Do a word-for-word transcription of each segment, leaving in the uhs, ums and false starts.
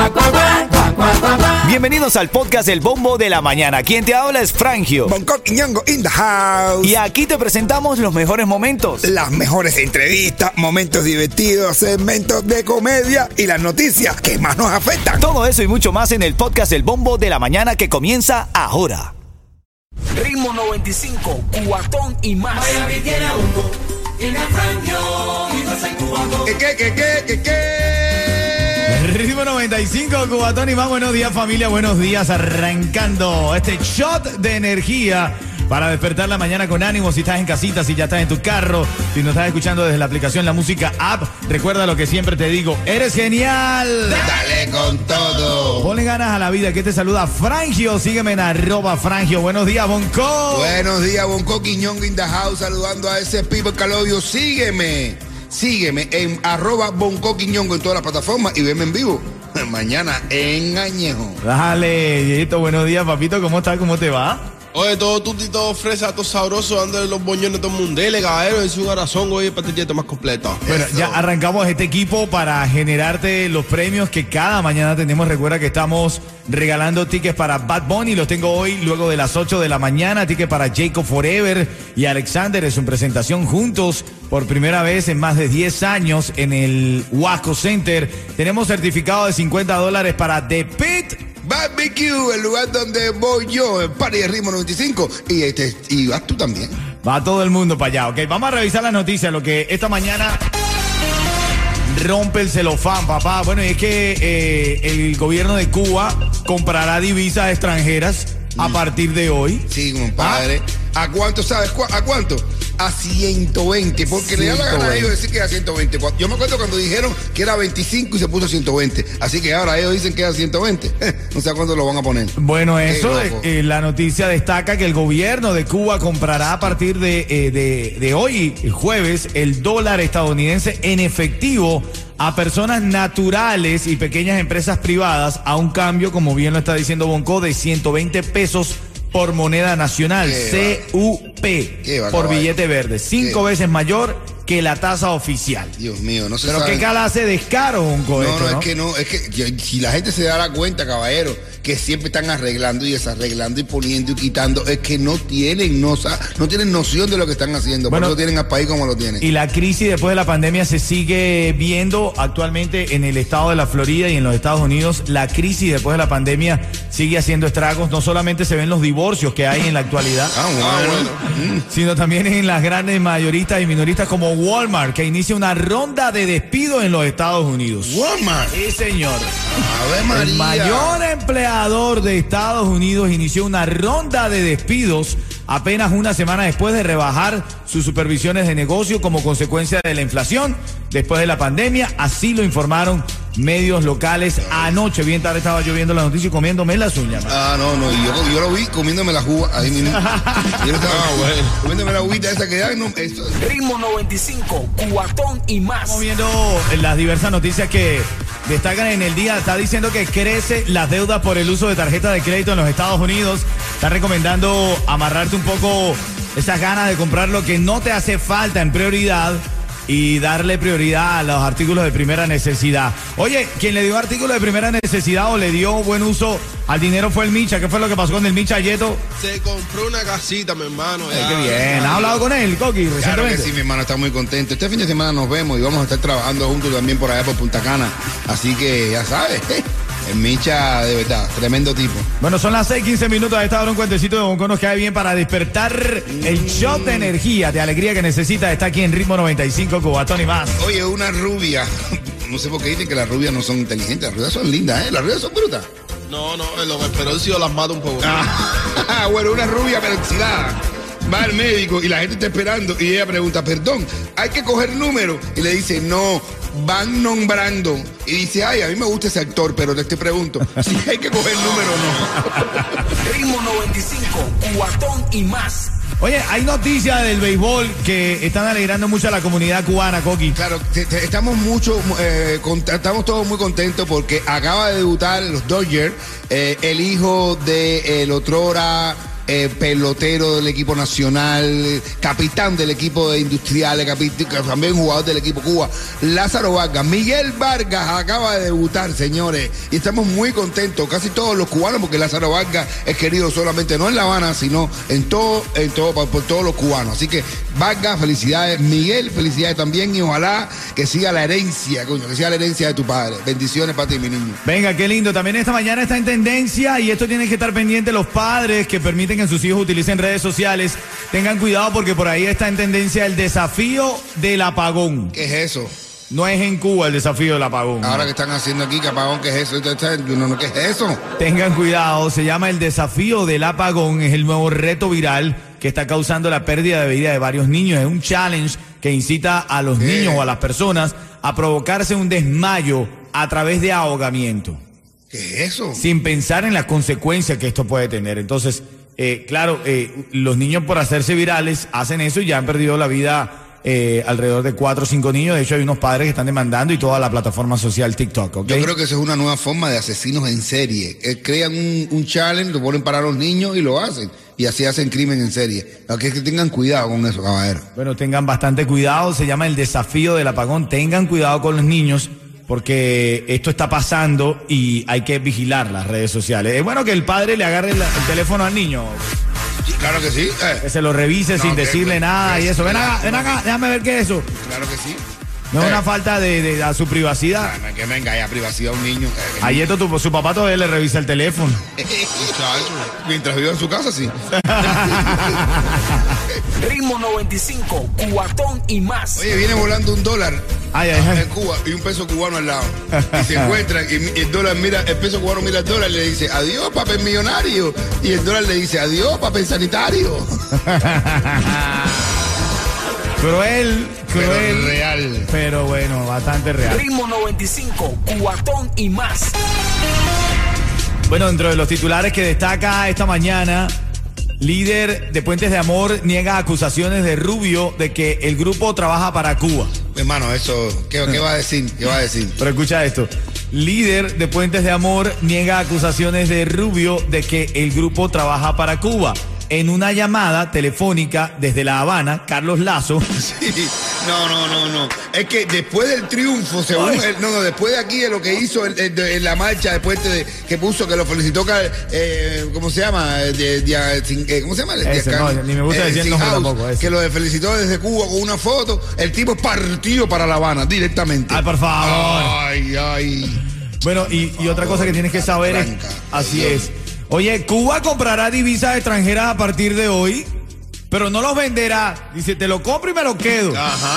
Bienvenidos al podcast El Bombo de la Mañana. Quien te habla es Frangio. Bonco y Ñongo in the house. Y aquí te presentamos los mejores momentos. Las mejores entrevistas, momentos divertidos, segmentos de comedia y las noticias que más nos afectan. Todo eso y mucho más en el podcast El Bombo de la Mañana que comienza ahora. Ritmo noventa y cinco, Cubatón y más. Miami tiene a Bonco, tiene a Frangio y más en Cubatón. ¿Qué, qué, qué, qué, qué, qué? Ritmo noventa y cinco, Cubatón y más. Buenos días, familia. Buenos días. Arrancando este shot de energía para despertar la mañana con ánimo. Si estás en casita, si ya estás en tu carro, si nos estás escuchando desde la aplicación La Música App, recuerda lo que siempre te digo. ¡Eres genial! Dale con todo. Ponle ganas a la vida. Que te saluda Frangio. Sígueme en arroba Frangio. Buenos días, Bonco. Buenos días, Bonco y Ñongo in the house. Saludando a ese people calobio. Sígueme. Sígueme en arroba Bonco y Ñongo en todas las plataformas y veme en vivo mañana en Añejo. Dale, Diego. Buenos días, papito. ¿Cómo estás? ¿Cómo te va? Oye, todo tuti, todo fresa, todo sabroso, dándole los boñones a todo el mundo. Dele, caballero, es un corazón, oye, para este día más completo. Bueno, Eso. ya arrancamos este equipo para generarte los premios que cada mañana tenemos. Recuerda que estamos regalando tickets para Bad Bunny. Los tengo hoy luego de las ocho de la mañana. Tickets para Jacob Forever y Alexander en su presentación juntos por primera vez en más de diez años en el Huasco Center. Tenemos certificado de cincuenta dólares para The Pit. Barbecue, el lugar donde voy yo, el party de Ritmo noventa y cinco. Y, este, y vas tú también. Va todo el mundo para allá, ¿ok? Vamos a revisar las noticias, lo que esta mañana rompe el celofán, papá. Bueno, y es que eh, el gobierno de Cuba comprará divisas extranjeras a partir de hoy. Sí, compadre. ¿A cuánto sabes? cu- ¿A cuánto? A ciento veinte, porque le da la gana a ellos decir que era ciento veinte. Cu- Yo me acuerdo cuando dijeron que era veinticinco y se puso ciento veinte. Así que ahora ellos dicen que era ciento veinte. No sé a cuánto lo van a poner. Bueno, eso, Qué loco. eh, la noticia destaca que el gobierno de Cuba comprará a partir de, eh, de, de hoy, el jueves, el dólar estadounidense en efectivo a personas naturales y pequeñas empresas privadas a un cambio, como bien lo está diciendo Bonco, de ciento veinte pesos por moneda nacional, Qué C U P, Qué va, por caballo. billete verde, cinco Qué. veces mayor que la tasa oficial. Dios mío, no se Pero sabe. qué clase de descaro, Bonco, No, esto, no, ¿no? es que no, es que yo- si la gente se dará cuenta, caballero, que siempre están arreglando y desarreglando y poniendo y quitando, es que no tienen, no, sa- no tienen noción de lo que están haciendo. Bueno, por eso tienen al país como lo tienen. Y la crisis después de la pandemia se sigue viendo actualmente en el estado de la Florida y en los Estados Unidos. La crisis después de la pandemia sigue haciendo estragos. No solamente se ven los divorcios que hay en la actualidad, Ah, bueno. Mm. sino también en las grandes mayoristas y minoristas como Walmart, que inicia una ronda de despidos en los Estados Unidos. Walmart. Sí, señor. Ave María. El mayor empleador de Estados Unidos inició una ronda de despidos apenas una semana después de rebajar sus supervisiones de negocio como consecuencia de la inflación después de la pandemia. Así lo informaron medios locales anoche. Bien tarde estaba yo viendo la noticia y comiéndome las uñas. man. Ah, no, no, y yo, yo lo vi comiéndome la jugo ahí mismo. Yo estaba comiéndome la juguita esa que da, no, eso. Ritmo noventa y cinco, Cubatón y más. Estamos viendo las diversas noticias que destacan en el día. Está diciendo que crece las deudas por el uso de tarjetas de crédito en los Estados Unidos. Está recomendando amarrarte un poco esas ganas de comprar lo que no te hace falta en prioridad y darle prioridad a los artículos de primera necesidad. Oye, quien le dio artículos de primera necesidad o le dio buen uso al dinero fue el Micha. ¿Qué fue lo que pasó con el Micha Yeto? Se compró una casita, mi hermano. Ay, ya. qué bien. ¿Has hablado con él, Coqui, Claro que recientemente? sí, mi hermano está muy contento. Este fin de semana nos vemos y vamos a estar trabajando juntos también por allá por Punta Cana. Así que ya sabes, ¿eh? El Micha, de verdad, tremendo tipo. Bueno, son las seis quince minutos. A esta hora un cuentecito de Bonco nos cae bien para despertar el shot de energía, de alegría que necesita. Está aquí en Ritmo noventa y cinco, Cubatón y más. Oye, una rubia. No sé por qué dicen que las rubias no son inteligentes. Las rubias son lindas, ¿eh? Las rubias son brutas. No, no, lo que esperó si yo las mato un poco. Ah, bueno, una rubia pero oxidada. Va al médico y la gente está esperando y ella pregunta, perdón, hay que coger número. Y le dice, no, van nombrando. Y dice, ay, a mí me gusta ese actor, pero te pregunto, si hay que coger número o no. Ritmo noventa y cinco, Cubatón y más. Oye, hay noticias del béisbol que están alegrando mucho a la comunidad cubana, Coqui. Claro, te- te- estamos mucho, eh, cont- estamos todos muy contentos porque acaba de debutar en los Dodgers eh, el hijo de el otrora eh, pelotero del equipo nacional, capitán del equipo de Industriales, capit- también jugador del equipo Cuba, Lázaro Vargas. Miguel Vargas acaba de debutar, señores, y estamos muy contentos, casi todos los cubanos, porque Lázaro Vargas es querido solamente no en La Habana, sino en todo, en todo, por, por todos los cubanos. Así que Vargas, felicidades. Miguel, felicidades también, y ojalá que siga la herencia, coño, que siga la herencia de tu padre. Bendiciones para ti, mi niño. Venga, qué lindo. También esta mañana está en tendencia, y esto tienen que estar pendientes los padres que permiten que sus hijos utilicen redes sociales. Tengan cuidado porque por ahí está en tendencia el desafío del apagón. ¿Qué es eso? No es en Cuba el desafío del apagón. Ahora que están haciendo aquí, que apagón, ¿qué es eso? No, no, ¿qué es eso? Tengan cuidado, se llama el desafío del apagón, es el nuevo reto viral que está causando la pérdida de vida de varios niños. Es un challenge que incita a los ¿Qué? niños o a las personas a provocarse un desmayo a través de ahogamiento, ¿Qué es eso? sin pensar en las consecuencias que esto puede tener. Entonces, eh, claro, eh, los niños por hacerse virales hacen eso y ya han perdido la vida. Eh, alrededor de cuatro o cinco niños. De hecho, hay unos padres que están demandando y toda la plataforma social TikTok, ¿ok? Yo creo que eso es una nueva forma de asesinos en serie. Eh, crean un, un challenge, lo ponen para los niños y lo hacen. Y así hacen crimen en serie. Así que tengan cuidado con eso, caballero. Bueno, tengan bastante cuidado. Se llama el desafío del apagón. Tengan cuidado con los niños porque esto está pasando y hay que vigilar las redes sociales. Es bueno que el padre le agarre la, el teléfono al niño. Sí, claro que sí. Eh. Que se lo revise No, sin que- decirle que- nada que- y eso. Ven que- acá, ven acá, déjame ver qué es eso. Claro que sí. No es Eh. una falta de, de- a su privacidad. Ah, no, que venga haya privacidad a un niño. Eh, que- Ayer tu, su papá todavía le revisa el teléfono. Muchacho, mientras viva en su casa, sí. Ritmo noventa y cinco, Cubatón y más. Oye, viene volando un dólar Ay, ay, ay. en Cuba y un peso cubano al lado. Y se encuentran y el dólar mira, el peso cubano mira al dólar y le dice, adiós, papel millonario. Y el dólar le dice, adiós, papel sanitario. Cruel, Pero cruel. real. Pero bueno, bastante real. Ritmo noventa y cinco, Cubatón y más. Bueno, dentro de los titulares que destaca esta mañana, líder de Puentes de Amor niega acusaciones de Rubio de que el grupo trabaja para Cuba. Hermano, eso, ¿qué, qué va a decir? ¿Qué va a decir? Pero escucha esto. Líder de Puentes de Amor niega acusaciones de Rubio de que el grupo trabaja para Cuba. En una llamada telefónica desde La Habana, Carlos Lazo. Sí. No, no, no, no. Es que después del triunfo, según Ay. el, no, no, después de aquí de lo que hizo en, en- en la marcha, después de, que puso, que lo felicitó, eh, ¿cómo se llama? De- de- sin- eh, ¿Cómo se llama? Ese, De- no, ni me gusta decir el sin nombre house, tampoco, ese. que lo felicitó desde Cuba con una foto. El tipo partió para La Habana directamente. Ay, por favor. Ay, ay. Bueno, y, y otra cosa que tienes que saber es, Franca, así Dios. es. Oye, Cuba comprará divisas extranjeras a partir de hoy, pero no los venderá. Dice, te lo compro y me lo quedo. Ajá.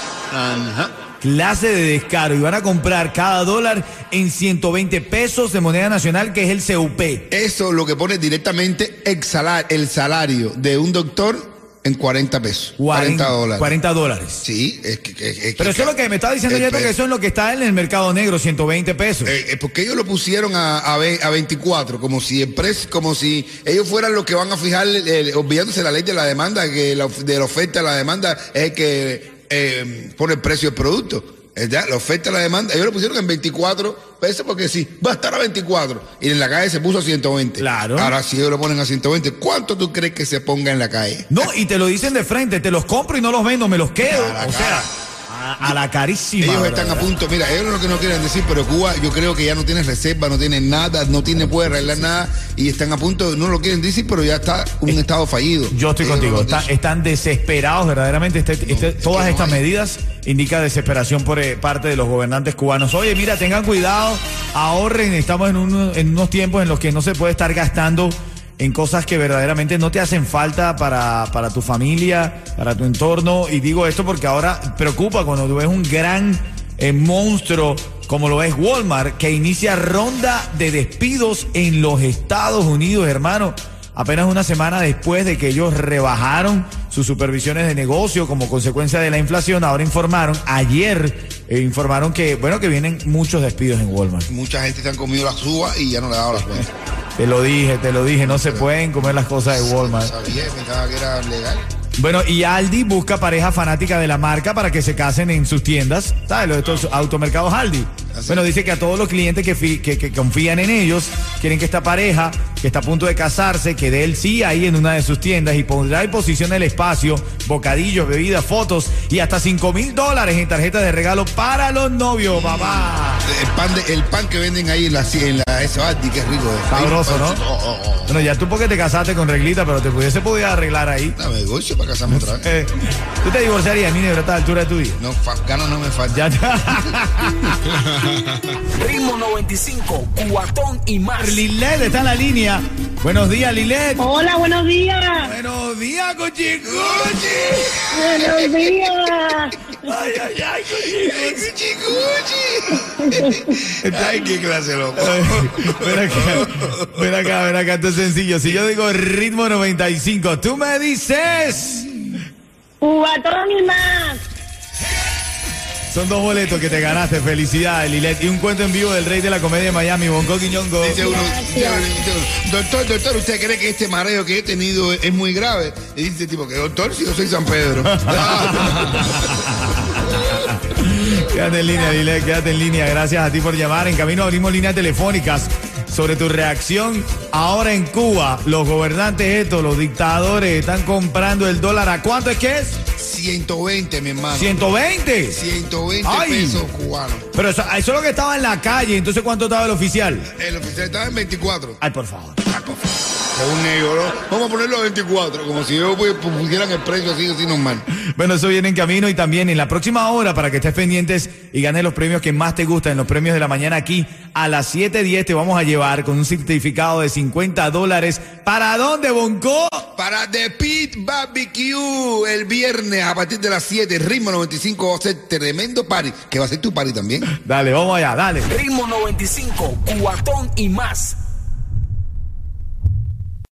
Ajá. Clase de descaro. Y van a comprar cada dólar en ciento veinte pesos de moneda nacional, que es el C U P. Eso lo que pone directamente el salario, el salario de un doctor en cuarenta pesos. cuarenta dólares. cuarenta dólares. Sí, es que... es- es Pero que- eso es lo que me está diciendo el Yeto, pe- que eso es lo que está en el mercado negro, ciento veinte pesos. Eh, eh, porque ellos lo pusieron a, a, ve- a veinticuatro, como si el precio, como si ellos fueran los que van a fijar, eh, olvidándose la ley de la demanda, que la, of- de la oferta a la demanda es el que eh, pone el precio del producto. ¿Verdad? La oferta a la demanda, ellos lo pusieron en veinticuatro pesos porque sí, va a estar a veinticuatro. Y en la calle se puso a ciento veinte. Claro. Ahora si ellos lo ponen a ciento veinte, ¿cuánto tú crees que se ponga en la calle? No, y te lo dicen de frente, te los compro y no los vendo, me los quedo. A la O sea, cara. a, a la carísima. Ellos están ¿verdad? a punto, mira, ellos lo que no quieren decir, pero Cuba yo creo que ya no tiene reserva, no tiene nada, no tiene, puede arreglar nada y están a punto, no lo quieren decir, pero ya está un estado fallido. Yo estoy Ellos contigo, no lo está- dicen. están desesperados verdaderamente. Este- este- es que todas no estas hay. medidas indican desesperación por eh, parte de los gobernantes cubanos. Oye, mira, tengan cuidado, ahorren, estamos en, uno- en unos tiempos en los que no se puede estar gastando en cosas que verdaderamente no te hacen falta para, para tu familia, para tu entorno. Y digo esto porque ahora preocupa cuando tú ves un gran eh, monstruo como lo es Walmart, que inicia ronda de despidos en los Estados Unidos, hermano. Apenas una semana después de que ellos rebajaron sus supervisiones de negocio como consecuencia de la inflación, ahora informaron, ayer eh, informaron que, bueno, que vienen muchos despidos en Walmart. Mucha gente se han comido las uvas y ya no le ha dado las cuentas. Te lo dije, te lo dije, no se pueden comer las cosas de Walmart. Sabía, pensaba que era legal. Bueno, y Aldi busca pareja fanática de la marca para que se casen en sus tiendas. ¿Sabes? Lo de estos automercados Aldi. Así. Bueno, dice que a todos los clientes que, fi, que, que confían en ellos, quieren que esta pareja, que está a punto de casarse, que dé el sí ahí en una de sus tiendas y pondrá a disposición el espacio, bocadillos, bebidas, fotos y hasta cinco mil dólares en tarjetas de regalo para los novios, papá. El pan, de, el pan que venden ahí en la, en la S A D, que es rico. Eh. Sabroso, ¿no? Oh, oh, oh. Bueno, ya tú porque te casaste con reglita, pero te pudiese poder arreglar ahí. Dame negocio para casarme otra vez. Eh, ¿Tú te divorciarías, mi negro, a esta altura de tu vida? No, fa, ganas no me falta. Ya, ya. Ritmo noventa y cinco, Cubatón y más. Lilet está en la línea. Buenos días, Lilet. Hola, buenos días. Buenos días, Cuchicuchi. Buenos días. Ay, ay, ay, Cuchicuchi. Ay, qué clase loco. Ven acá, ven acá, ven acá, esto es sencillo. Si yo digo ritmo noventa y cinco, tú me dices. Cubatón y más. Son dos boletos que te ganaste. Felicidades, Lilet. Y un cuento en vivo del rey de la comedia de Miami, Bonco Quiñongo. Dice uno, dice uno, dice uno, doctor, doctor, ¿usted cree que este mareo que he tenido es muy grave? Y dice tipo, que doctor, si yo soy San Pedro. Quédate en línea, Lilet, quédate en línea. Gracias a ti por llamar. En camino abrimos líneas telefónicas sobre tu reacción. Ahora en Cuba, los gobernantes estos, los dictadores, están comprando el dólar. ¿A cuánto es que es? ciento veinte, mi hermano. ¿ciento veinte? ciento veinte Ay. pesos cubanos. Pero eso, eso es lo que estaba en la calle. Entonces, ¿cuánto estaba el oficial? El oficial estaba en veinticuatro. Ay, por favor. Según ellos, ¿no? Vamos a ponerlo a veinticuatro, como si ellos pues, pusieran el precio así, así normal. Bueno, eso viene en camino y también en la próxima hora para que estés pendientes y ganes los premios que más te gustan, los premios de la mañana aquí a las siete diez te vamos a llevar con un certificado de cincuenta dólares. ¿Para dónde, Bonco? Para The Pit Barbecue el viernes a partir de las siete, Ritmo noventa y cinco va a ser tremendo party, que va a ser tu party también. Dale, vamos allá, dale. Ritmo noventa y cinco, Cubatón y más.